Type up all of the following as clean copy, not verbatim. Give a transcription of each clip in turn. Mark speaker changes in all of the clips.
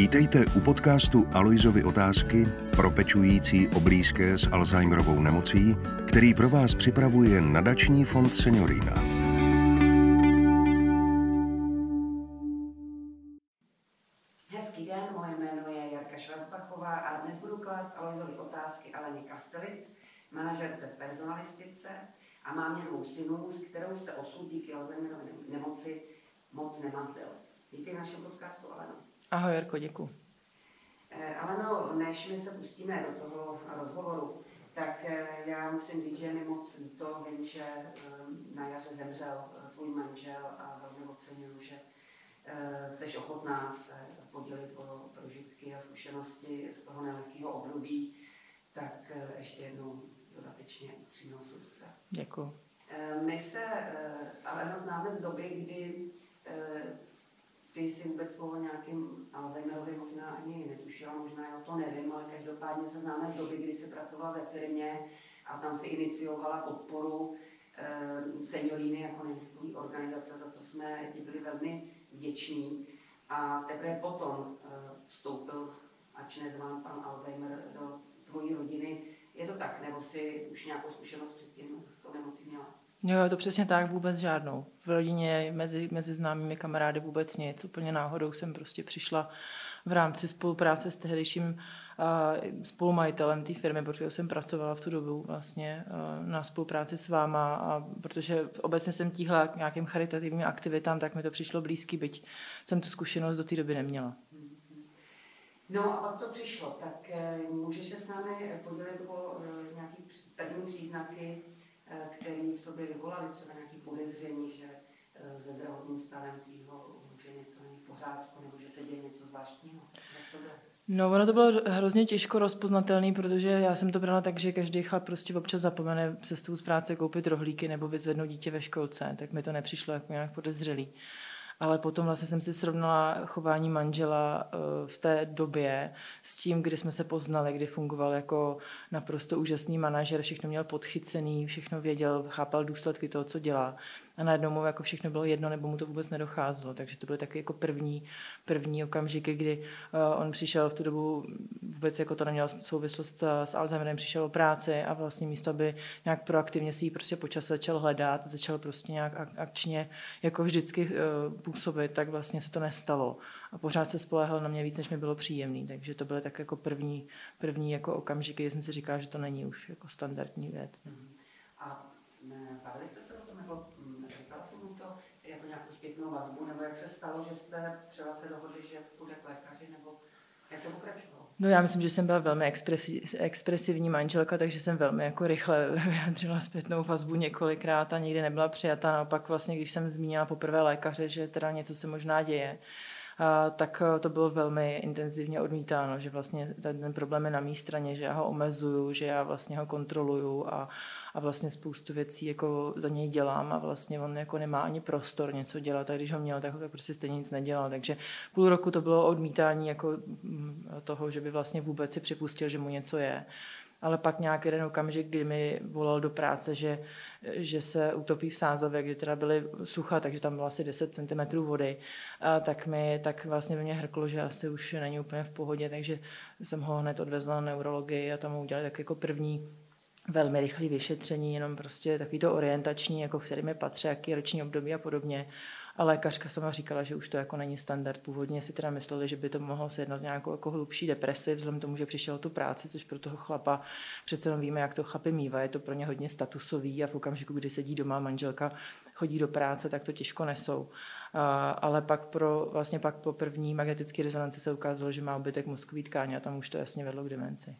Speaker 1: Vítejte u podcastu Aloisovy otázky pro pečující o blízké s Alzheimerovou nemocí, který pro vás připravuje Nadační fond Seniorina.
Speaker 2: Hezký den, moje jméno je Jarka Švarcbachová a dnes budu klást Aloisovy otázky Aleně Kastelic, manažerce v personalistice a mámě 2 synů, s kterou se osud díky Alzheimerově nemoci moc nemazdil. Vítej v našem podcastu, Aleno.
Speaker 3: Ahoj, Jarko, děkuji.
Speaker 2: Aleno, než my se pustíme do toho rozhovoru, tak já musím říct, že je mi moc líto, vím, že na jaře zemřel tvůj manžel a velmi oceňuju, že jsi ochotná se podělit o prožitky a zkušenosti z toho nelehkého období, tak ještě jednou dodatečně upřímnou soustrast.
Speaker 3: Děkuji.
Speaker 2: My se ale známe z doby, kdy ty jsi vůbec o nějakým Alzheimerovi možná ani netušila, možná já to nevím, ale každopádně se známe z doby, kdy jsi pracovala ve firmě a tam si iniciovala podporu Senioriny jako neziskové organizace, za co jsme ti byli velmi vděční. A teprve potom vstoupil, ač nezván pan Alzheimer, do tvojí rodiny. Je to tak, nebo jsi už nějakou zkušenost předtím s tou nemocí měla?
Speaker 3: Jo, je to přesně tak, vůbec žádnou. V rodině, mezi známými kamarády vůbec nic. Úplně náhodou jsem prostě přišla v rámci spolupráce s tehdejším spolumajitelem té firmy, protože jsem pracovala v tu dobu vlastně na spolupráci s váma, a protože obecně jsem tíhla k nějakým charitativním aktivitám, tak mi to přišlo blízký, byť jsem tu zkušenost do té doby neměla.
Speaker 2: No a pak to přišlo, tak můžeš se s námi podělit o nějaké první příznaky, který v tobě vyvolali, třeba nějaké podezření, že se zdravotním stavem tvýho že něco není v pořádku, nebo že se děje něco zvláštního. Jak to bylo?
Speaker 3: No, ono to bylo hrozně těžko rozpoznatelný, protože já jsem to brala tak, že každý chlap prostě občas zapomene cestou z práce koupit rohlíky nebo vyzvednout dítě ve školce, tak mi to nepřišlo jako nějak podezřelý. Ale potom vlastně jsem si srovnala chování manžela v té době s tím, kdy jsme se poznali, kdy fungoval jako naprosto úžasný manažer, všechno měl podchycený, všechno věděl, chápal důsledky toho, co dělá. A najednou mu jako všechno bylo jedno, nebo mu to vůbec nedocházelo. Takže to byly taky jako první okamžiky, kdy on přišel v tu dobu, vůbec jako to nemělo souvislost s Alzheimerem, přišel o práci a vlastně místo, aby nějak proaktivně si ji prostě počas začal hledat, začal prostě nějak akčně jako vždycky působit, tak vlastně se to nestalo. A pořád se spoléhal na mě víc, než mi bylo příjemný. Takže to byly tak jako první jako okamžiky, kdy jsem si říkala, že to není už jako standardní věc.
Speaker 2: A bavili jste se o tom, nebo říkala jsi mu to jako nějakou zpětnou vazbu, nebo jak se stalo, že jste třeba se dohodli, že půjde k lékaři, nebo jak to pokračovalo?
Speaker 3: No, já myslím, že jsem byla velmi expresivní manželka, takže jsem velmi jako rychle vyjádřila zpětnou vazbu několikrát a nikdy nebyla přijata. Naopak vlastně, když jsem zmínila poprvé lékaře, že teda něco se možná děje, tak to bylo velmi intenzivně odmítáno, že vlastně ten problém je na mé straně, že já ho omezuju, že já vlastně ho kontroluju a vlastně spoustu věcí jako za něj dělám a vlastně on jako nemá ani prostor něco dělat a když ho měl, tak prostě stejně nic nedělal. Takže půl roku to bylo odmítání jako toho, že by vlastně vůbec si připustil, že mu něco je. Ale pak nějaký jeden okamžik, kdy mi volal do práce, že se utopí v Sázavě, kdy teda byly sucha, takže tam bylo asi 10 cm vody, tak vlastně by mě hrklo, že asi už není úplně v pohodě, takže jsem ho hned odvezla na neurologii a tam mu udělali tak jako první velmi rychlé vyšetření, jenom prostě takový to orientační, jako v kterým je patří, jaký roční období a podobně. A lékařka sama říkala, že už to jako není standard. Původně si teda mysleli, že by to mohlo se jednat nějakou jako hlubší depresi, vzhledem tomu, že přišel tu práci, což pro toho chlapa, přece jenom víme, jak to chlapi mívá, je to pro ně hodně statusový a v okamžiku, kdy sedí doma, manželka chodí do práce, tak to těžko nesou. Ale pak po první magnetické rezonanci se ukázalo, že má úbytek mozkové tkáně a tam už to jasně vedlo k demenci.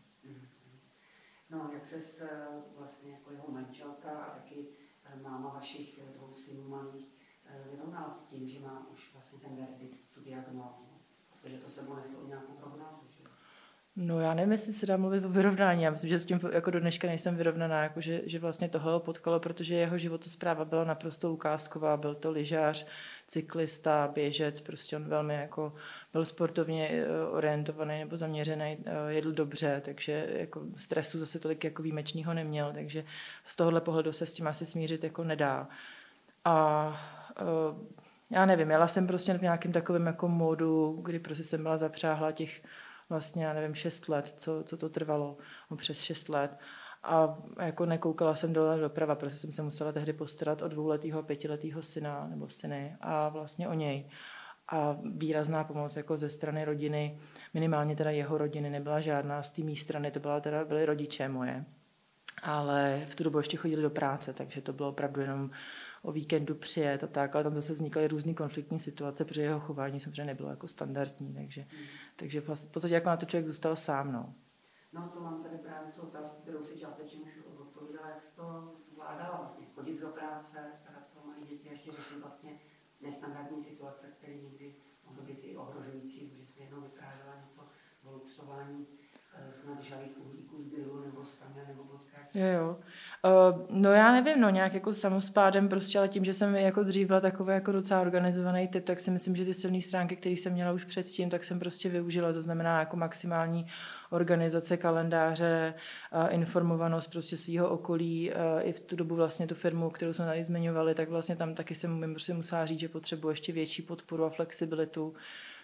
Speaker 2: No, jak ses vlastně jako jeho manželka a taky máma vašich 2 synů malých vyrovnala s tím, že má už vlastně ten verdikt, tu diagnózu, protože to sebou neslo nějakou prognózu, že?
Speaker 3: No, já nevím, jestli se dá mluvit o vyrovnání. Já myslím, že s tím jako do dneška nejsem vyrovnaná, jako že vlastně tohle ho potkalo, protože jeho životospráva byla naprosto ukázková. Byl to lyžař, cyklista, běžec, prostě on velmi jako byl sportovně orientovaný nebo zaměřený, jedl dobře, takže jako stresu zase tolik jako výjimečného neměl, takže z tohohle pohledu se s tím asi smířit jako nedá. A já nevím, jela jsem prostě v nějakém takovém jako módu, kdy prostě jsem byla zapřáhla těch vlastně, já nevím, 6 let, co to trvalo, přes 6 let. A jako nekoukala jsem doprava, protože jsem se musela tehdy postarat o 2letého a 5letého syna nebo syny a vlastně o něj. A výrazná pomoc jako ze strany rodiny, minimálně teda jeho rodiny, nebyla žádná, z té mé strany byly rodiče moje. Ale v tu dobu ještě chodili do práce, takže to bylo opravdu jenom o víkendu přijet a tak, ale tam zase vznikaly různý konfliktní situace, protože jeho chování samozřejmě nebylo jako standardní, takže v podstatě jako na to člověk zůstal sám.
Speaker 2: No to mám tady právě tu otázku, kterou si částečně už odpovídala, jak jsi to zvládala vlastně, chodit do práce, starat se o malé děti a ještě řešit vlastně nestandardní situace, které někdy mohly být i ohrožující, protože jsi jednou vyprávěla něco o luxování snad žavých uhlíků z grilu nebo z kamě nebo vodka.
Speaker 3: Jo. No já nevím, nějak jako samospádem prostě, ale tím, že jsem jako dřív byla takový jako docela organizovaný typ, tak si myslím, že ty silné stránky, které jsem měla už předtím, tak jsem prostě využila, to znamená jako maximální organizace kalendáře, informovanost prostě svého okolí, i v tu dobu vlastně tu firmu, kterou jsme tady zmiňovali, tak vlastně tam taky jsem prostě musela říct, že potřebuji ještě větší podporu a flexibilitu.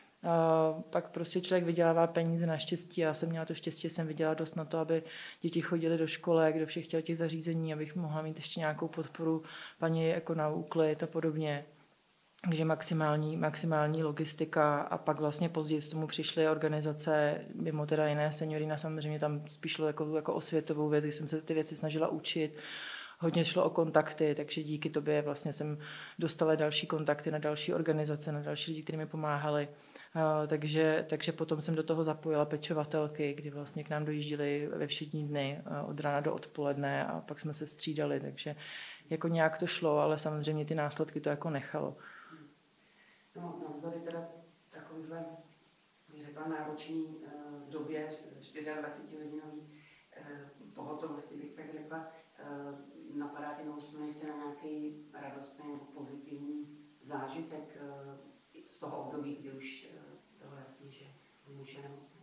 Speaker 3: Pak prostě člověk vydělává peníze naštěstí. Já jsem měla to štěstí, jsem vydělala dost na to, aby děti chodily do školek, do všech těch zařízení, abych mohla mít ještě nějakou podporu paní jako na úklid a podobně. Takže maximální logistika a pak vlastně později z tomu přišly organizace, mimo teda jiné Seniorina, samozřejmě tam spíš šlo jako osvětovou věc, kdy jsem se ty věci snažila učit. Hodně šlo o kontakty, takže díky tobě vlastně jsem dostala další kontakty na další organizace, na další lidi, kteří mi pomáhali. Takže potom jsem do toho zapojila pečovatelky, kdy vlastně k nám dojížděly ve všední dny od rána do odpoledne a pak jsme se střídali, takže jako nějak to šlo, ale samozřejmě ty následky to jako nechalo.
Speaker 2: No, navzdory teda takovýhle, bych řekla, náročný době, 24-hodinový pohotovosti, bych tak řekla, napadá tě, nebo vzpomeneš si na nějaký radostný nebo pozitivní zážitek z toho období, kdy už bylo jasný, že muž je nemocný?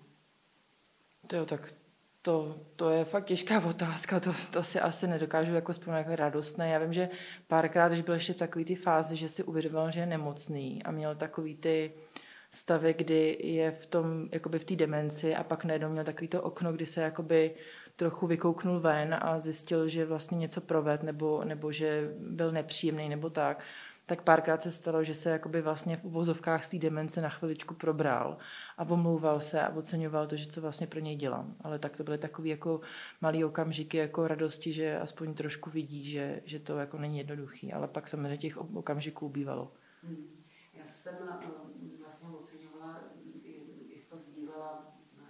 Speaker 3: Tak to je fakt těžká otázka, to si asi nedokážu jako vzpomenout jako radostné. Já vím, že párkrát, když byl ještě v takový ty fázi, že si uvědomoval, že je nemocný a měl takový ty stavy, kdy je v tom, jakoby v té demenci a pak najednou měl takový to okno, kdy se jakoby trochu vykouknul ven a zjistil, že vlastně něco provedl nebo že byl nepříjemný nebo tak párkrát se stalo, že se jakoby vlastně v uvozovkách z té demence na chviličku probral a omlouval se a oceňoval to, že co vlastně pro něj dělám. Ale tak to byly takový jako malý okamžiky jako radosti, že aspoň trošku vidí, že to jako není jednoduchý, ale pak samozřejmě těch okamžiků bývalo.
Speaker 2: Já jsem vlastně oceňovala, i to sdílela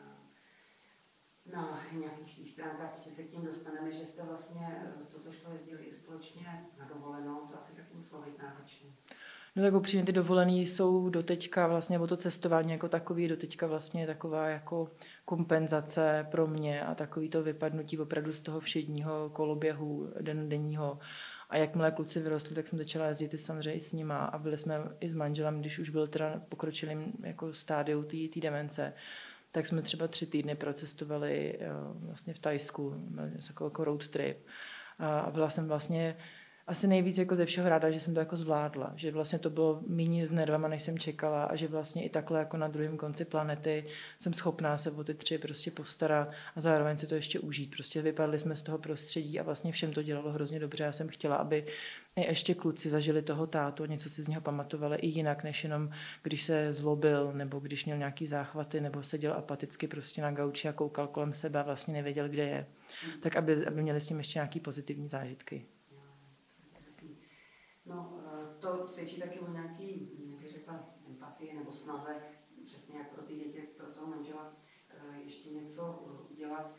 Speaker 2: na nějakých svých stránkách, že se k tím dostaneme, že jste vlastně, co to šlo, jezdili i společně na dovolenou, to asi taky muselo být náročné.
Speaker 3: No tak upřímně ty dovolený jsou doteďka vlastně, nebo to cestování jako takový, doteďka vlastně taková jako kompenzace pro mě a takový to vypadnutí opravdu z toho všedního koloběhu denního. A jakmile kluci vyrostli, tak jsem začala jezdit samozřejmě i s nima a byli jsme i s manželem, když už byl teda pokročilým jako stádiu té demence, tak jsme třeba 3 týdny procestovali vlastně v Thajsku, jako road trip. A byla jsem vlastně asi nejvíc jako ze všeho ráda, že jsem to jako zvládla, že vlastně to bylo méně s nervama, než jsem čekala a že vlastně i takhle jako na druhém konci planety jsem schopná se o ty 3 prostě postarat a zároveň si to ještě užít. Prostě vypadli jsme z toho prostředí a vlastně všem to dělalo hrozně dobře. Já jsem chtěla, aby ještě kluci zažili toho tátu, něco si z něho pamatovali i jinak, než jenom když se zlobil nebo když měl nějaký záchvaty nebo seděl apaticky prostě na gauči a koukal kolem sebe a vlastně nevěděl, kde je. Tak aby měli s tím ještě nějaký pozitivní zážitky.
Speaker 2: No, to svědčí taky o nějaký, jak řekla, empatii nebo snaze, přesně jak pro ty děti, pro toho manžela, ještě něco udělat.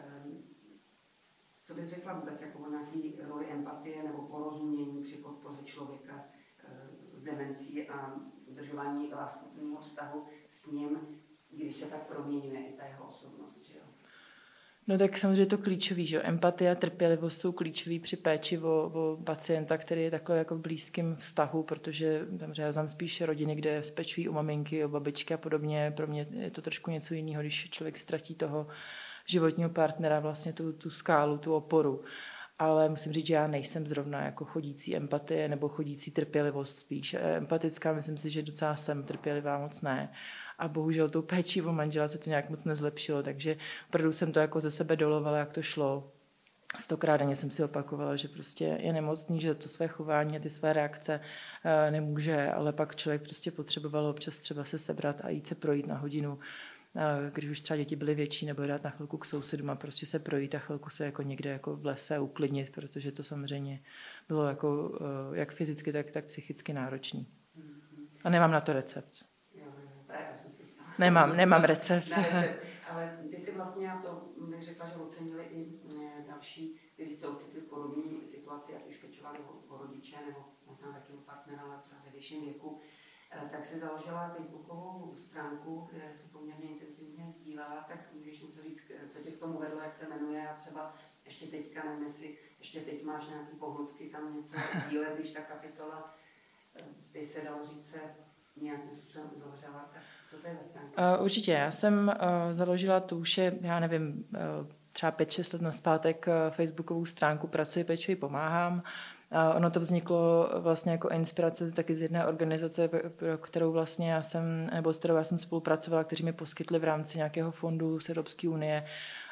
Speaker 2: Co bys řekla vůbec jako o nějaký roli empatie nebo porozumění při podpoře člověka s demencí a udržování láskyplného vztahu s ním, když se tak proměňuje i ta jeho osobnost, že jo?
Speaker 3: No tak samozřejmě je to klíčový, že empatie a trpělivost jsou klíčový při péči o pacienta, který je takhle jako v blízkém vztahu, protože já znám spíš rodiny, kde pečují o maminky, o babičky a podobně. Pro mě je to trošku něco jiného, když člověk ztratí toho životního partnera, vlastně tu skálu, tu oporu. ale musím říct, že já nejsem zrovna jako chodící empatie nebo chodící trpělivost, spíš empatická, myslím si, že docela jsem trpělivá, moc ne. A bohužel tou péčí o manžela se to nějak moc nezlepšilo, takže opravdu jsem to jako ze sebe dolovala, jak to šlo. 100krát denně jsem si opakovala, že prostě je nemocný, že to své chování a ty své reakce nemůže, ale pak člověk prostě potřeboval občas třeba se sebrat a jít se projít na hodinu, když už třeba děti byly větší, nebo dát na chvilku k sousedům a prostě se projít a chvilku se jako někde jako v lese uklidnit, protože to samozřejmě bylo jako jak fyzicky, tak psychicky náročný. A nemám na to recept. Nemám recept.
Speaker 2: Ale ty si vlastně, a to bych řekla, že ocenili i další, kteří se ocitli v podobné situaci, ať už pečovali o rodiče nebo možná taky o partnera, ale třeba ve vyšším věku, tak si založila facebookovou stránku, kde se poměrně intenzivně sdílela, tak můžeš něco říct, co tě k tomu vedlo, jak se jmenuje a třeba ještě teďka, nevím, jestli ještě teď máš nějaký pohnutky tam něco sdílet, když ta kapitola by se dalo říct se nějakým způsobem uzavřela, tak co to je za stránka?
Speaker 3: Určitě, já jsem založila tu už je, já nevím, třeba 5-6 let nazpátek facebookovou stránku Pracuji, pečuji, pomáhám. Ono to vzniklo vlastně jako inspirace taky z jedné organizace, kterou vlastně já jsem, nebo s kterou já jsem spolupracovala, kteří mi poskytli v rámci nějakého fondu z Evropské unie,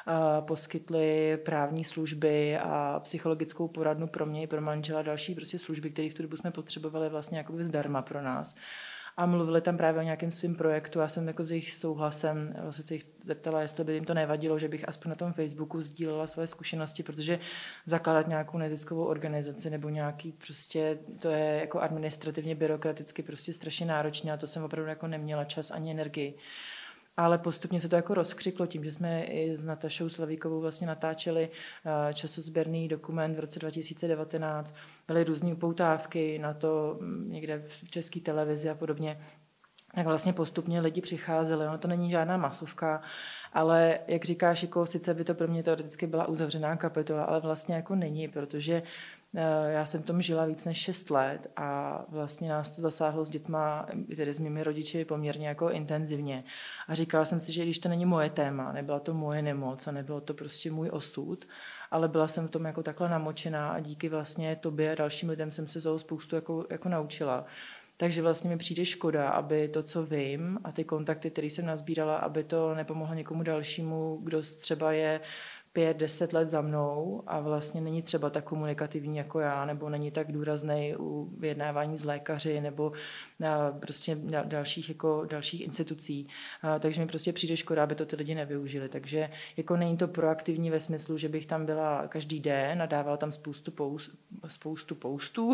Speaker 3: poskytli právní služby a psychologickou poradnu pro mě i pro manžela, další prostě služby, které v tu dobu jsme potřebovali vlastně jakoby zdarma pro nás. A mluvili tam právě o nějakém svým projektu. Já jsem jako s jejich souhlasem vlastně se jich zeptala, jestli by jim to nevadilo, že bych aspoň na tom Facebooku sdílela svoje zkušenosti, protože zakládat nějakou neziskovou organizaci nebo nějaký prostě, to je jako administrativně, byrokraticky prostě strašně náročné a to jsem opravdu jako neměla čas ani energii. Ale postupně se to jako rozkřiklo tím, že jsme i s Natašou Slavíkovou vlastně natáčeli časozběrný dokument v roce 2019. Byly různé upoutávky na to někde v České televizi a podobně. Tak vlastně postupně lidi přicházeli. Ono to není žádná masovka, ale jak říkáš, jako sice by to pro mě teoreticky byla uzavřená kapitola, ale vlastně jako není, protože já jsem v tom žila víc než 6 let a vlastně nás to zasáhlo s dětma, tedy s mými rodiči poměrně jako intenzivně. A říkala jsem si, že když to není moje téma, nebyla to moje nemoc a nebylo to prostě můj osud, ale byla jsem v tom jako takhle namočená a díky vlastně tobě a dalším lidem jsem se toho spoustu jako naučila. Takže vlastně mi přijde škoda, aby to, co vím a ty kontakty, které jsem nazbírala, aby to nepomohlo někomu dalšímu, kdo třeba je 5-10 let za mnou a vlastně není třeba tak komunikativní jako já, nebo není tak důrazný u vyjednávání s lékaři nebo prostě dalších institucí. Takže mi prostě přijde škoda, aby to ty lidi nevyužili. Takže jako není to proaktivní ve smyslu, že bych tam byla každý den a dávala tam spoustu postů,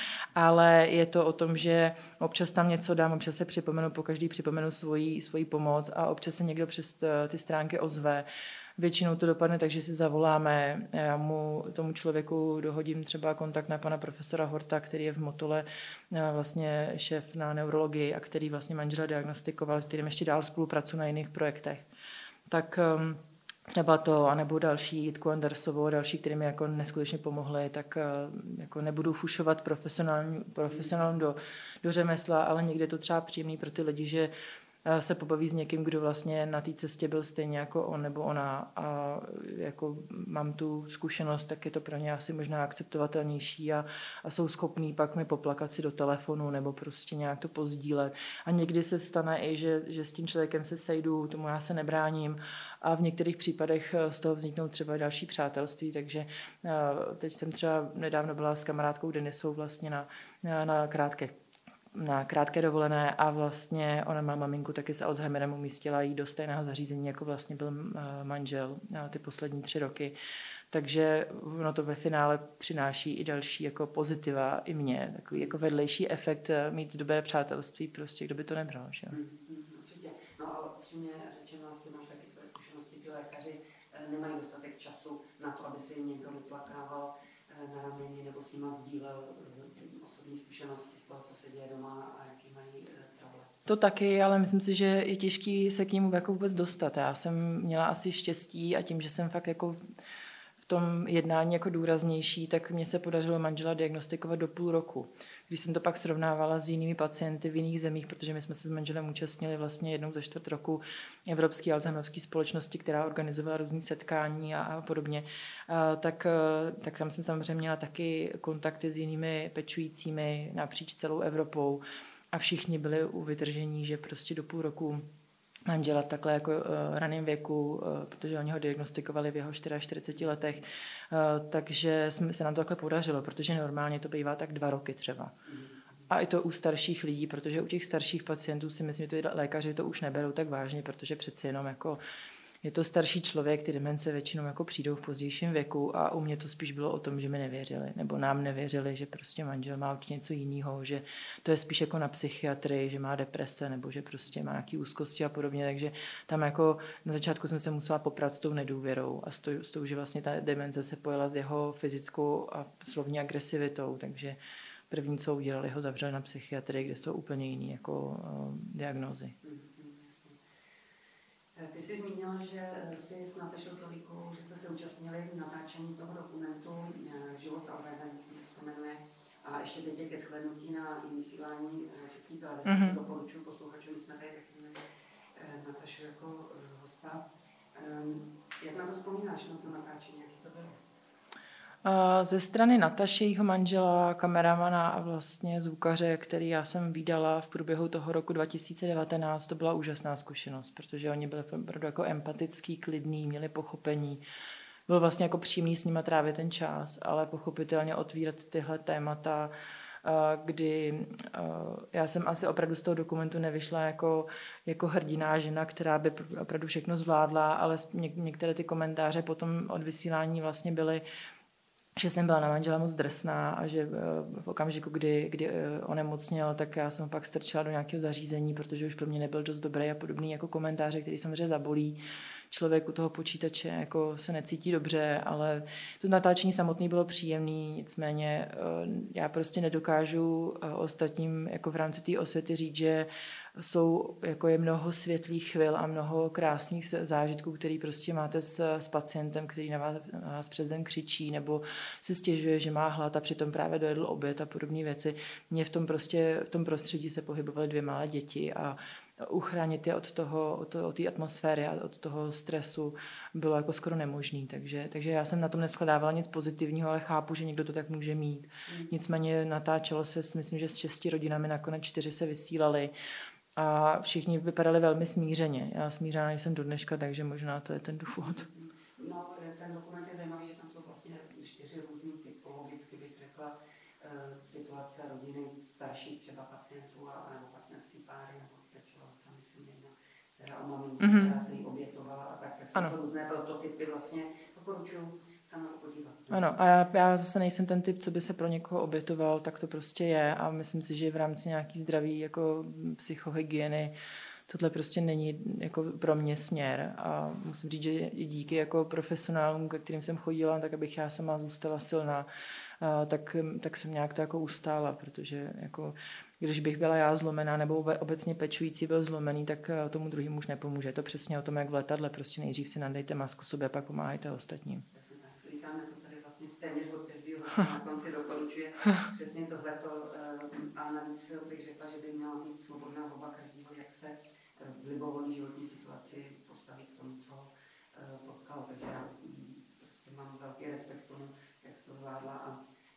Speaker 3: ale je to o tom, že občas tam něco dám, občas se pokaždý připomenu svoji pomoc a občas se někdo přes ty stránky ozve. Většinou to dopadne tak, že si zavoláme, já tomu člověku dohodím třeba kontakt na pana profesora Horta, který je v Motole vlastně šéf na neurologii a který vlastně manžela diagnostikoval, s kterým ještě dál spolupracuji na jiných projektech. Tak třeba to, anebo další, Jitku Andersovou, další, který mi jako neskutečně pomohli, tak jako nebudu fušovat profesionálům do řemesla, ale někde je to třeba příjemný pro ty lidi, že se pobaví s někým, kdo vlastně na té cestě byl stejně jako on nebo ona a jako mám tu zkušenost, tak je to pro ně asi možná akceptovatelnější a jsou schopní pak mi poplakat si do telefonu nebo prostě nějak to pozdílet. A někdy se stane i, že s tím člověkem se sejdu, tomu já se nebráním a v některých případech z toho vzniknou třeba další přátelství, takže teď jsem třeba nedávno byla s kamarádkou Denisou vlastně na krátké dovolené a vlastně ona má maminku taky s Alzheimerem, umístila jí do stejného zařízení, jako vlastně byl manžel ty poslední 3 roky. Takže ono to ve finále přináší i další jako pozitiva i mě, takový jako vedlejší efekt mít dobré přátelství, prostě kdo by to nebral, že?
Speaker 2: Určitě. No ale upřímně řečeno, vlastně máš taky své zkušenosti, ty lékaři nemají dostatek času na to, aby se jim někdo vyplakával na rameni nebo s nima sdílel osobní zkušenosti z toho, co se děje doma a jaký mají trouble.
Speaker 3: To taky, ale myslím si, že je těžký se k němu jako vůbec dostat. Já jsem měla asi štěstí a tím, že jsem fakt jako v tom jednání jako důraznější, tak mně se podařilo manžela diagnostikovat do 0,5 roku. když jsem to pak srovnávala s jinými pacienty v jiných zemích, protože my jsme se s manželem účastnili vlastně jednou za čtvrt roku Evropské alzheimerovské společnosti, která organizovala různý setkání a podobně, tak tam jsem samozřejmě měla taky kontakty s jinými pečujícími napříč celou Evropou a všichni byli u vytržení, že prostě do půl roku manžela v takhle jako raném věku, protože oni ho diagnostikovali v jeho 44 letech, takže se nám to takhle podařilo, protože normálně to bývá tak 2 roky třeba. A i to u starších lidí, protože u těch starších pacientů si myslím, že ty lékaři to už neberou tak vážně, protože přeci jenom jako je to starší člověk, ty demence většinou jako přijdou v pozdějším věku a u mě to spíš bylo o tom, že mi nevěřili, nebo nám nevěřili, že prostě manžel má určitě něco jiného, že to je spíš jako na psychiatrii, že má deprese, nebo že prostě má nějaký úzkosti a podobně, takže tam jako na začátku jsem se musela poprat s tou nedůvěrou a s tou, že vlastně ta demence se pojela s jeho fyzickou a slovní agresivitou, takže první, co udělali, ho zavřeli na psychiatrii, kde jsou úplně jiný jako diagnózy.
Speaker 2: Ty jsi zmínila, že jsi s Natašou Slavíkovou, že jste se účastnili v natáčení toho dokumentu Život s Alzheimerem, myslím, že se to jmenuje. A ještě teď je ke shlédnutí na vysílání České televize. Doporučuji posluchačům, my jsme tady taky měli Natašu jako hosta. Jak na to vzpomínáš, na to natáčení, jaký to bylo?
Speaker 3: Ze strany Nataše, jeho manžela, kameramana a vlastně zvukaře, který já jsem vídala v průběhu toho roku 2019, to byla úžasná zkušenost, protože oni byli opravdu jako empatický, klidný, měli pochopení. Bylo vlastně jako příjemný s nimi trávit ten čas, ale pochopitelně otvírat tyhle témata, kdy já jsem asi opravdu z toho dokumentu nevyšla jako hrdiná žena, která by opravdu všechno zvládla, ale některé ty komentáře potom od vysílání vlastně byly, že jsem byla na manžela moc drsná a že v okamžiku, kdy onemocněl, tak já jsem pak strčila do nějakého zařízení, protože už pro mě nebyl dost dobrý a podobný jako komentáře, který samozřejmě zabolí. Člověk u toho počítače jako se necítí dobře, ale to natáčení samotné bylo příjemné, nicméně já prostě nedokážu ostatním jako v rámci té osvěty říct, že jako je mnoho světlých chvil a mnoho krásných zážitků, který prostě máte s pacientem, který na vás přes den křičí nebo se stěžuje, že má hlad a přitom právě dojedl oběd a podobné věci. Mně v tom prostředí se pohybovaly 2 malé děti a uchránit je od té atmosféry a od toho stresu bylo jako skoro nemožný. Takže já jsem na tom neskladávala nic pozitivního, ale chápu, že někdo to tak může mít. Nicméně natáčelo se, myslím, že s 6 rodinami, nakonec 4 se vysílali a všichni vypadali velmi smířeně. Já smířená jsem do dneška, takže možná to je ten důvod.
Speaker 2: No, ten dokument je zajímavý, že tam jsou vlastně 4 různý typologicky, bych řekla, situace rodiny starších třeba pacientů nebo partnerský páry, nebo tam myslím jedna, která o maminku, která se jí obětovala a tak jsou to různé prototypy vlastně. Doporučuji se na to podívat.
Speaker 3: Ano, a já zase nejsem ten typ, co by se pro někoho obětoval, tak to prostě je a myslím si, že v rámci nějaký zdraví jako psychohygieny tohle prostě není jako pro mě směr a musím říct, že i díky jako profesionálům, ke kterým jsem chodila, tak abych já sama zůstala silná, tak jsem nějak to jako ustála, protože jako když bych byla já zlomená nebo obecně pečující byl zlomený, tak tomu druhému už nepomůže. Je to přesně o tom, jak v letadle, prostě nejdřív si nadejte masku sobě, pak pomáhajte ostatním.
Speaker 2: Říkáme to tady vlastně téměř od každého na konci doporučuje přesně tohleto a navíc bych řekla, že by měla být svobodná volba každého, jak se v libovolné životní situaci postavit k tomu, co potkalo. Takže já prostě mám velký respekt tomu, jak to zvládla a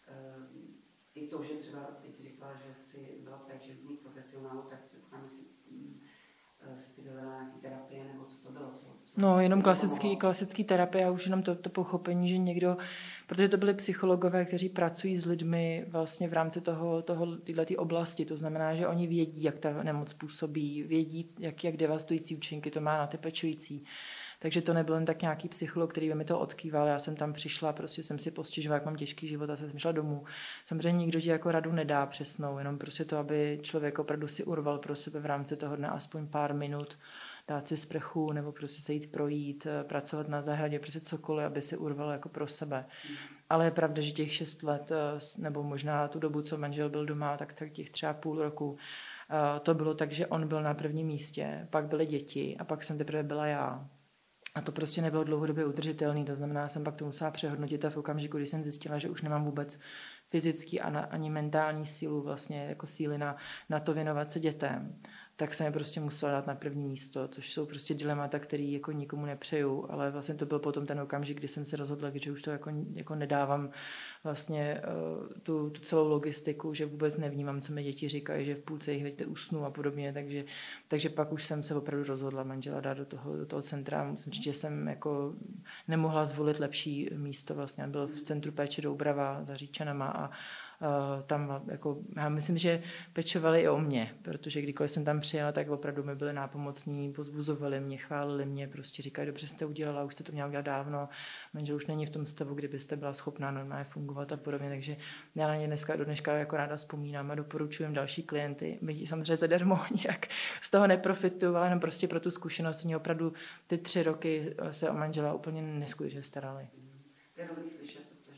Speaker 2: i to, že třeba, teď říkala, že jsi byla péče různých profesionálů, tak tam jsi byla nějaký terapie, nebo co to bylo?
Speaker 3: No, jenom klasický terapie a už jenom to pochopení, že někdo, protože to byli psychologové, kteří pracují s lidmi vlastně v rámci této oblasti, to znamená, že oni vědí, jak ta nemoc působí, vědí, jak devastující účinky to má na ty pečující. Takže to nebyl jen tak nějaký psycholog, který by mi to odkýval. Já jsem tam přišla, prostě jsem si postěžovala, jak mám těžký život a jsem šla domů. Samozřejmě nikdo ti jako radu nedá přesnou, jenom prostě to, aby člověk opravdu si urval pro sebe v rámci toho dne aspoň pár minut, dát si sprchu nebo prostě se jít projít, pracovat na zahradě, prostě cokoliv, aby si urval jako pro sebe. Ale je pravda, že těch 6 let, nebo možná tu dobu, co manžel byl doma, tak těch třeba půl roku, to bylo tak, že on byl na prvním místě, pak byly děti a pak jsem teprve byla já. A to prostě nebylo dlouhodobě udržitelné, to znamená, jsem pak to musela přehodnotit a v okamžiku, když jsem zjistila, že už nemám vůbec fyzický ani mentální sílu, vlastně jako síly na to věnovat se dětem, tak jsem je prostě musela dát na první místo, což jsou prostě dilemata, který jako nikomu nepřeju, ale vlastně to byl potom ten okamžik, kdy jsem se rozhodla, že už to jako nedávám vlastně tu celou logistiku, že vůbec nevnímám, co mi děti říkají, že v půlce jich usnu a podobně, takže pak už jsem se opravdu rozhodla manžela dát do toho centra. Musím říct, že jsem jako nemohla zvolit lepší místo, vlastně byl v centru péče Doubrava za Říčanama a tam jako, já myslím, že pečovali i o mě, protože kdykoliv jsem tam přijela, tak opravdu mi byli nápomocní, pozbuzovali mě, chválili mě, prostě říkají, dobře jste udělala, už jste to měla udělat dávno, manžel už není v tom stavu, kdybyste byla schopná normálně fungovat a podobně, takže já na ně do dneška jako ráda vzpomínám a doporučujem další klienty. My samozřejmě zadarmo nějak z toho neprofituju, ale jenom prostě pro tu zkušenost, oni opravdu ty 3 roky se o manžela úplně neskutečně starali.
Speaker 2: To je dobrý slyšet, protože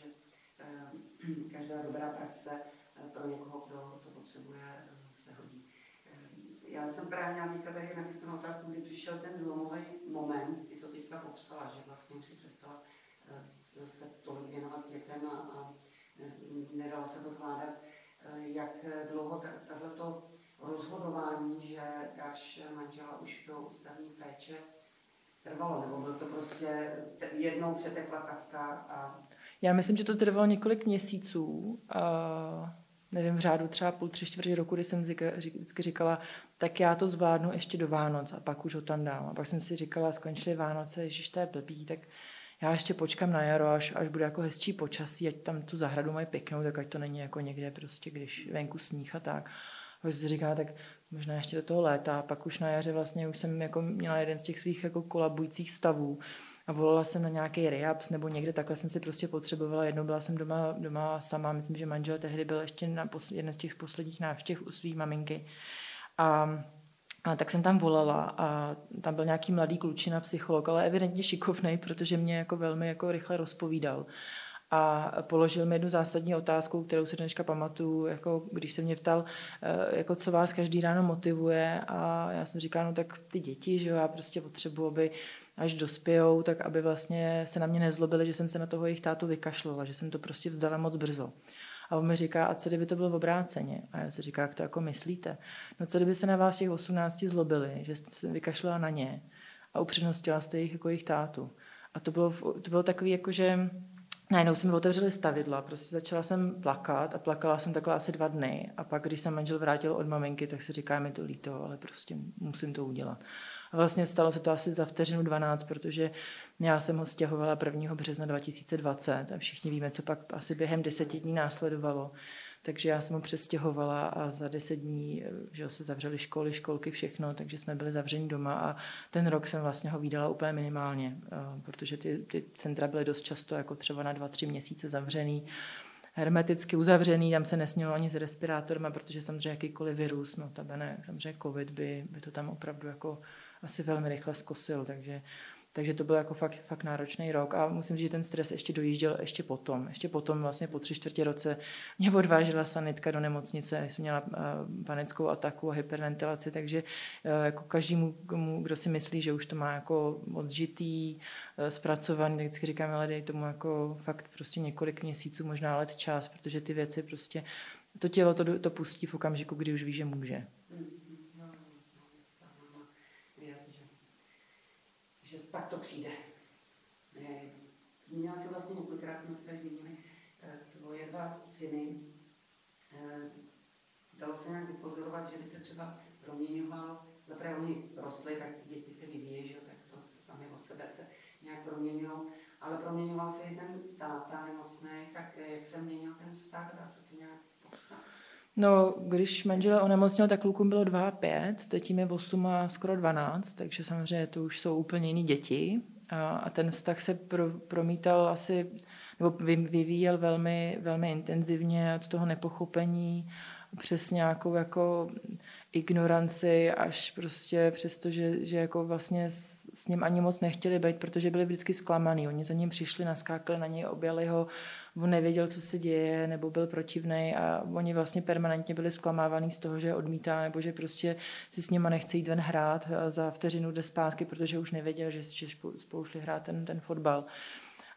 Speaker 2: každá dobrá praxe pro někoho, kdo to potřebuje, se hodí. Já jsem právě měla teďka tady nachystanou otázku, kdy přišel ten zlomový moment, ty jsi to teďka popsala, že vlastně už si přestala se tolik věnovat dětem a nedalo se to zvládat. Jak dlouho tohleto rozhodování, že dáš manžela už do ústavní péče, trvalo, nebo bylo to prostě jednou přetekla kafka a...
Speaker 3: Já myslím, že to trvalo několik měsíců a nevím, v řádu třeba 3/4 roku, kdy jsem vždycky říkala, tak já to zvládnu ještě do Vánoc a pak už ho tam dám. A pak jsem si říkala, skončily Vánoce, ježiš, to je blbý, tak já ještě počkám na jaro, až bude jako hezčí počasí, ať tam tu zahradu mají pěknou, tak ať to není jako někde prostě, když venku sníh a tak. A pak si říkala, tak možná ještě do toho léta. A pak už na jaře vlastně už jsem jako měla jeden z těch svých jako kolabujících stavů a volala jsem na nějaký rehabs nebo někde, takhle jsem si prostě potřebovala. Jednou byla jsem doma sama, myslím, že manžel tehdy byl ještě na jeden z těch posledních návštěv u své maminky. A tak jsem tam volala a tam byl nějaký mladý klučina, psycholog, ale evidentně šikovnej, protože mě jako velmi jako rychle rozpovídal. A položil mi jednu zásadní otázku, kterou si dneška pamatuju, jako když se mě ptal, jako co vás každý ráno motivuje, a já jsem říkala, no tak ty děti, že jo, já prostě potřebuji, aby až dospějou, tak aby vlastně se na mě nezlobili, že jsem se na toho jejich tátu vykašlala, že jsem to prostě vzdala moc brzo. A on mi říká, a co kdyby to bylo v obráceně? A já si říkám, jak to jako myslíte? No co kdyby se na vás těch 18 zlobili, že jste se vykašlala na ně a upřednostila jste jich jako jejich tátu. A to bylo takový, jako že najednou se mi otevřely stavidla, prostě začala jsem plakat a plakala jsem takhle asi 2 dny. A pak, když se manžel vrátil od maminky, tak si říká, mi to líto, ale prostě musím to udělat. A vlastně stalo se to asi za 12, protože já jsem ho stěhovala 1. března 2020 a všichni víme, co pak asi během 10 dní následovalo. Takže já jsem ho přestěhovala a za 10 dní, že se zavřely školy, školky, všechno, takže jsme byli zavření doma a ten rok jsem vlastně ho vídala úplně minimálně, protože ty centra byly dost často jako třeba na 2-3 měsíce zavřený, hermeticky uzavřený, tam se nesmělo ani s respirátorem, protože samozřejmě jakýkoliv virus, no tabene, samozřejmě covid by to tam opravdu jako asi velmi rychle zkosil, takže to byl jako fakt náročný rok a musím říct, že ten stres ještě dojížděl ještě potom vlastně po 3/4 roce mě odvážela sanitka do nemocnice, jsem měla panickou ataku a hyperventilaci, takže jako každému, kdo si myslí, že už to má jako odžitý, zpracovaný, tak vždycky říkám, ale dej tomu jako fakt prostě několik měsíců, možná let čas, protože ty věci prostě, to tělo to pustí v okamžiku, kdy už ví, že může.
Speaker 2: Že pak to přijde. Zmínila si vlastně několikrát, jsme tady zmínili tvoje 2 syny. Dalo se nějak vypozorovat, že by se třeba proměňoval, zaprvé oni rostly, tak děti se vyvíjí, že tak to sami od sebe se nějak proměňují, ale proměňoval se i ten táta nemocný, tak jak se měnil ten vztah, dá se to nějak popsat?
Speaker 3: No, když manžela onemocněl, tak klukům bylo 2 a 5, teď jim je 8 a skoro 12, takže samozřejmě to už jsou úplně jiný děti a ten vztah se promítal asi, nebo vyvíjel velmi, velmi intenzivně od toho nepochopení přes nějakou jako ignoranci až prostě přes to, že jako vlastně s ním ani moc nechtěli být, protože byli vždycky zklamaný. Oni za ním přišli, naskákali na něj, objali ho, on nevěděl, co se děje, nebo byl protivnej a oni vlastně permanentně byli zklamávaný z toho, že je odmítá, nebo že prostě si s nima nechce jít ven hrát a za vteřinu jde zpátky, protože už nevěděl, že spolu šli hrát ten fotbal.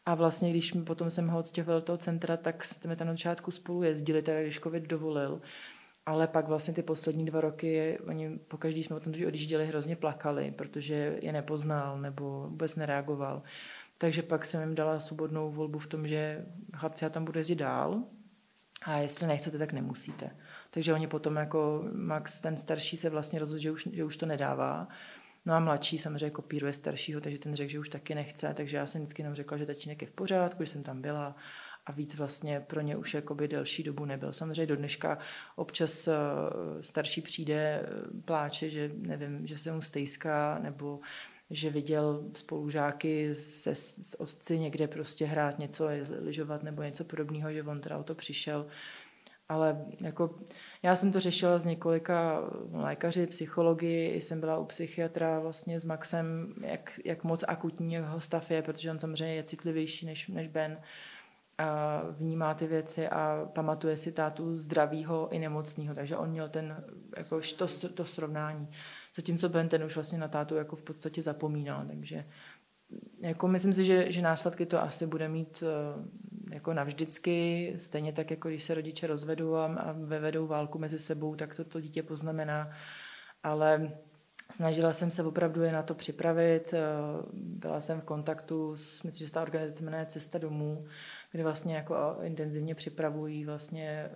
Speaker 3: A vlastně, když potom jsem ho odstěhoval do toho centra, tak jsme tam na začátku spolu jezdili, teda když covid dovolil. Ale pak vlastně ty poslední 2 roky, oni pokaždý jsme potom odjížděli, hrozně plakali, protože je nepoznal nebo vůbec nereagoval. Takže pak jsem jim dala svobodnou volbu v tom, že chlapci, já tam budu jezdit dál a jestli nechcete, tak nemusíte. Takže oni potom jako Max, ten starší, se vlastně rozhodl, že už to nedává. No a mladší samozřejmě kopíruje staršího, takže ten řekl, že už taky nechce. Takže já jsem vždycky jenom řekla, že tatínek je v pořádku, že jsem tam byla a víc vlastně pro ně už jakoby delší dobu nebyl. Samozřejmě do dneška občas starší přijde, pláče, že nevím, že se mu stejská, nebo že viděl spolužáky s otci někde prostě hrát něco, lyžovat nebo něco podobného, že on teda o to přišel. Ale jako já jsem to řešila s několika lékaři, psychologi, jsem byla u psychiatra vlastně s Maxem, jak moc akutní jeho stav je, protože on samozřejmě je citlivější než Ben. A vnímá ty věci a pamatuje si tátu zdravýho i nemocného, takže on měl jako to srovnání. Zatímco Ben ten už vlastně na tátu jako v podstatě zapomínal, takže jako myslím si, že následky to asi bude mít jako navždycky, stejně tak, jako když se rodiče rozvedou a vevedou válku mezi sebou, tak to dítě poznamená, ale snažila jsem se opravdu je na to připravit, byla jsem v kontaktu myslím, že ta organizace jmenuje Cesta domů, kde vlastně jako intenzivně připravují vlastně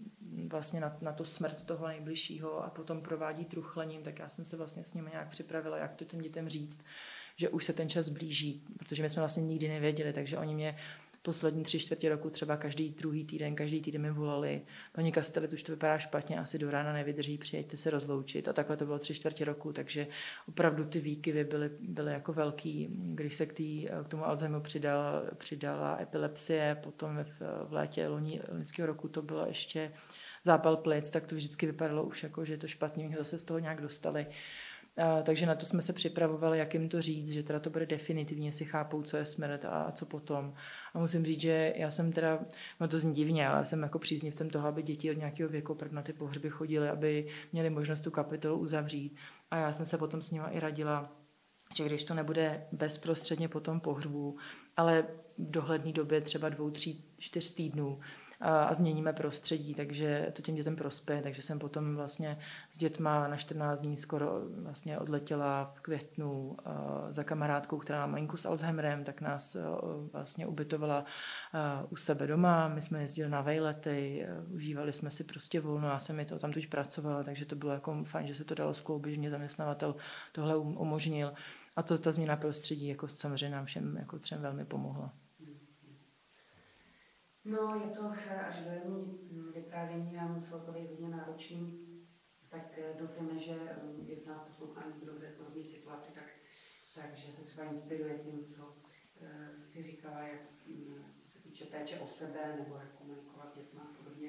Speaker 3: na tu smrt toho nejbližšího a potom provádí truchlením, tak já jsem se vlastně s nimi nějak připravila, jak to těm dětem říct, že už se ten čas blíží, protože my jsme vlastně nikdy nevěděli, takže oni mě poslední 3/4 roku třeba každý týden mi volali, paní Kastelec, už to vypadá špatně, asi do rána nevydrží, přijeďte se rozloučit a takhle to bylo 3/4 roku, takže opravdu ty výkyvy byly jako velký, když se k tomu Alzheimeru přidala epilepsie, potom v létě loňského roku to bylo ještě zápal plic, tak to vždycky vypadalo už jako, že je to špatný, oni zase z toho nějak dostali. Takže na to jsme se připravovali, jak jim to říct, že teda to bude definitivně, si chápou, co je smrt a co potom. A musím říct, že já jsem teda, no to zní divně, ale já jsem jako příznivcem toho, aby děti od nějakého věku opravdu na ty pohřby chodily, aby měli možnost tu kapitolu uzavřít. A já jsem se potom s nima i radila, že když to nebude bezprostředně po tom pohřbu, ale v dohledné době třeba 2, 3, 4 týdnů, a změníme prostředí, takže to těm dětem prospěje, takže jsem potom vlastně s dětma na 14 dní skoro vlastně odletěla v květnu za kamarádkou, která má maminku s Alzheimerem, tak nás vlastně ubytovala u sebe doma, my jsme jezdili na vejlety, užívali jsme si prostě volno, já jsem mi to tam tuď pracovala, takže to bylo jako fajn, že se to dalo skloubit, že mě zaměstnavatel tohle umožnil a ta změna prostředí jako samozřejmě nám všem jako třem velmi pomohla.
Speaker 2: No, je to až dojemný vyprávění a celkově hodně náročný, tak doufáme, že je z nás poslouchá někdo, kdo je v podobné situaci, takže se třeba inspiruje tím, co si říkala, co se týče péče o sebe, nebo jak komunikovat s dětmi a podobně.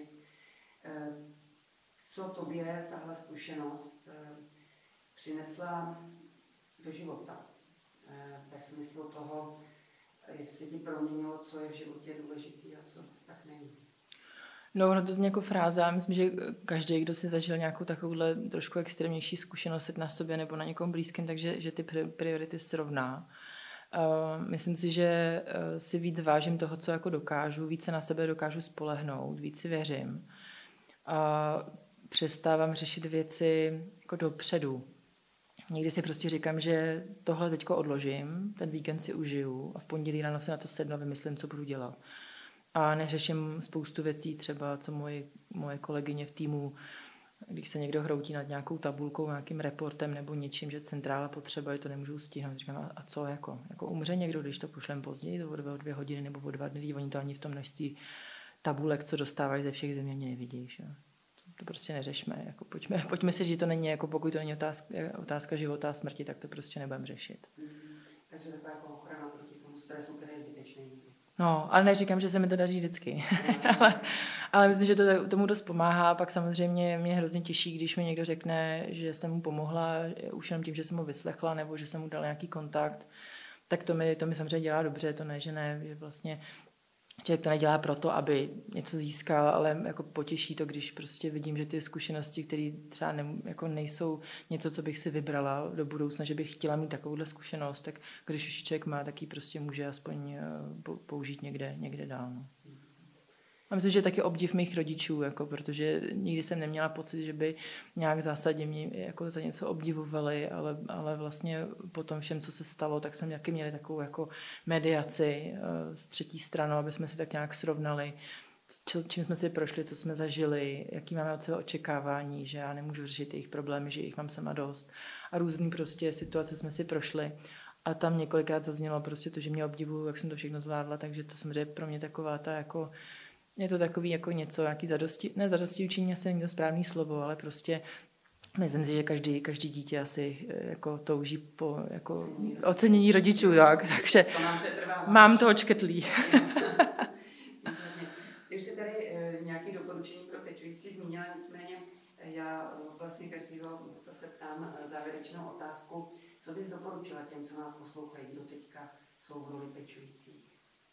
Speaker 2: Co tobě tahle zkušenost přinesla do života? Ve smyslu toho, jestli ti proměnilo, co je v životě důležitý a co tak není.
Speaker 3: No, to zní jako fráze. Já myslím, že každý, kdo si zažil nějakou takovouhle trošku extrémnější zkušenost na sobě nebo na někom blízkém, takže že ty priority srovná. Myslím si, že si víc vážím toho, co jako dokážu, víc se na sebe dokážu spolehnout, víc si věřím. Přestávám řešit věci jako dopředu. Někdy si prostě říkám, že tohle teďko odložím, ten víkend si užiju a v pondělí ráno se na to sednu a vymyslím, co budu dělat. A neřeším spoustu věcí, třeba co moje kolegyně v týmu, když se někdo hroutí nad nějakou tabulkou, nějakým reportem nebo něčím, že centrála potřebuje, to nemůžu stihnout. Říkám, a co jako umře někdo, když to pošlem později, o 2 hodiny nebo o 2 dny, oni to ani v tom množství tabulek, co dostávají ze všech zemí, nevidí. Že? To prostě neřešme. Jako pojďme si říct, že to není, jako pokud to není otázka života a smrti, tak to prostě nebudeme řešit.
Speaker 2: Takže to je jako ochrana proti tomu stresu, který je zbytečný.
Speaker 3: No, ale neříkám, že se mi to daří vždycky. ale myslím, že to tomu dost pomáhá. Pak samozřejmě mě hrozně těší, když mi někdo řekne, že jsem mu pomohla, už jenom tím, že jsem ho vyslechla, nebo že jsem mu dala nějaký kontakt, tak to mi samozřejmě dělá dobře, to ne, že vlastně Člověk to nedělá proto, aby něco získal, ale jako potěší to, když prostě vidím, že ty zkušenosti, které třeba jako nejsou něco, co bych si vybrala do budoucna, že bych chtěla mít takovouhle zkušenost, tak když už člověk má, tak ji prostě může aspoň použít někde dál. No. A myslím, že taky obdiv mých rodičů, jako, protože nikdy jsem neměla pocit, že by nějak zásadně mě jako za něco obdivovali, ale vlastně po tom všem, co se stalo, tak jsme taky měli takovou jako mediaci s třetí stranou, aby jsme si tak nějak srovnali, čím jsme si prošli, co jsme zažili, jaký máme od sebe očekávání, že já nemůžu řešit jejich problémy, že jich mám sama dost. A různý prostě situace jsme si prošli. A tam několikrát zaznělo prostě to, že mě obdivuju, jak jsem to všechno zvládla, takže to samozřejmě pro mě taková ta jako je to takový jako něco, nějaký zadosti učení asi není to správný slovo, ale prostě myslím si, že každý dítě asi jako touží po jako ocenění rodičů, takže mám to očketlý.
Speaker 2: Ty už jsi tady nějaké doporučení pro pečující zmínila, nicméně já vlastně každého se ptám závěrečnou otázku, co bys doporučila těm, co nás poslouchají, kdo teďka jsou v roli pečujících?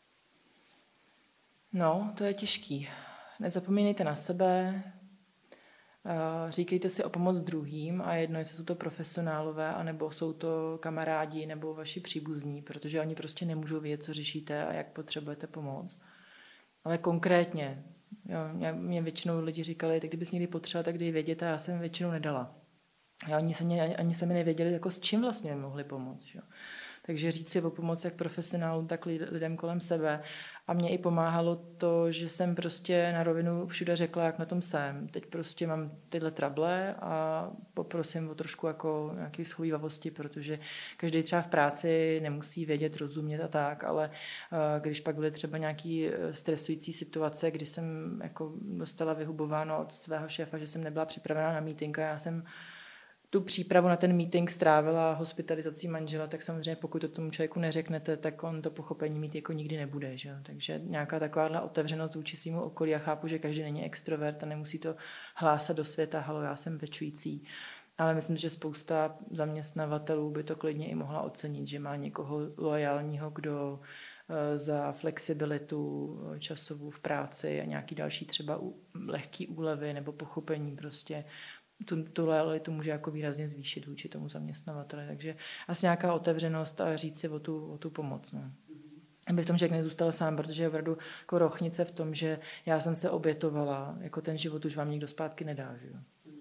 Speaker 3: No, to je těžký. Nezapomínejte na sebe, říkejte si o pomoc druhým a jedno, jestli jsou to profesionálové, anebo jsou to kamarádi nebo vaši příbuzní, protože oni prostě nemůžou vědět, co řešíte a jak potřebujete pomoc. Ale konkrétně, jo, mě většinou lidi říkali, tak kdybys někdy potřeboval, tak dej vědět a já jsem většinou nedala. A oni sami nevěděli, jako s čím vlastně mi mohli pomoct. Jo. Takže říct si o pomoc jak profesionálům, tak lidem kolem sebe. A mě i pomáhalo to, že jsem prostě na rovinu všude řekla, jak na tom jsem. Teď prostě mám tyhle trable a poprosím o trošku jako nějaké schovívavosti, protože každý třeba v práci nemusí vědět, rozumět a tak, ale když pak byly třeba nějaké stresující situace, kdy jsem jako dostala vyhubováno od svého šéfa, že jsem nebyla připravená na meeting a já jsem tu přípravu na ten meeting strávila hospitalizací manžela, tak samozřejmě pokud to tomu člověku neřeknete, tak on to pochopení mít jako nikdy nebude. Že? Takže nějaká taková otevřenost vůči svému okolí. Já chápu, že každý není extrovert a nemusí to hlásat do světa, halo, já jsem pečující. Ale myslím, že spousta zaměstnavatelů by to klidně i mohla ocenit, že má někoho loajálního, kdo za flexibilitu časovou v práci a nějaký další třeba lehký úlevy nebo pochopení prostě tu loajalitu může jako výrazně zvýšit vůči tomu zaměstnavateli. Takže asi nějaká otevřenost a říct si o tu pomoc. No. Aby v tom člověk nezůstal sám, protože je opravdu jako rochnice v tom, že já jsem se obětovala, jako ten život už vám nikdo zpátky nedá. Že?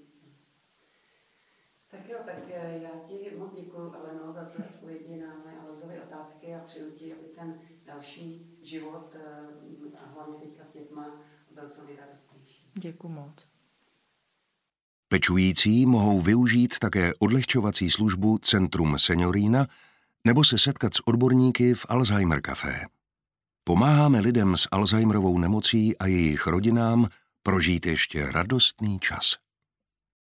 Speaker 2: Tak jo, tak já ti moc děkuju, Aleno, za tvé odpovědi na moje Aloisovy otázky a přeju ti, aby ten další život a hlavně teďka s dětma byl co nejradostnější.
Speaker 3: Děkuju moc.
Speaker 1: Pečující mohou využít také odlehčovací službu Centrum Seniorína nebo se setkat s odborníky v Alzheimer Café. Pomáháme lidem s Alzheimerovou nemocí a jejich rodinám prožít ještě radostný čas.